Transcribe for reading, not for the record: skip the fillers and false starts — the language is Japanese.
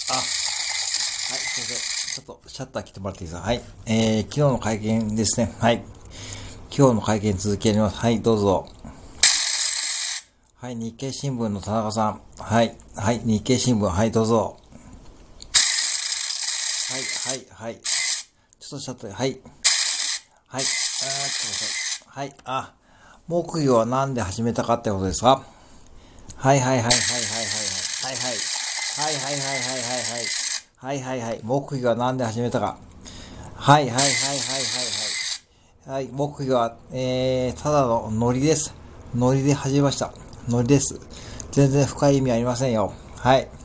はい、すいません。ちょっとシャッター切ってもらっていいですか。はい。昨日の会見ですね。はい。今日の会見続きやります。はい、どうぞ。はい、日経新聞の田中さん。はい。はい、日経新聞。はい、どうぞ。はい、はい、はい。ちょっとシャッター、はい。はい。ちょっと待ってください。はい。木魚は何で始めたかってことですか？はいはいはいはいはいはいはいはいはいはいはいはいはいはいはいはいはい。木魚は何で始めたか。はいはいはいはいはいはい。はい、木魚は、ただのノリです。ノリで始めました。ノリです。全然深い意味ありませんよ。はい。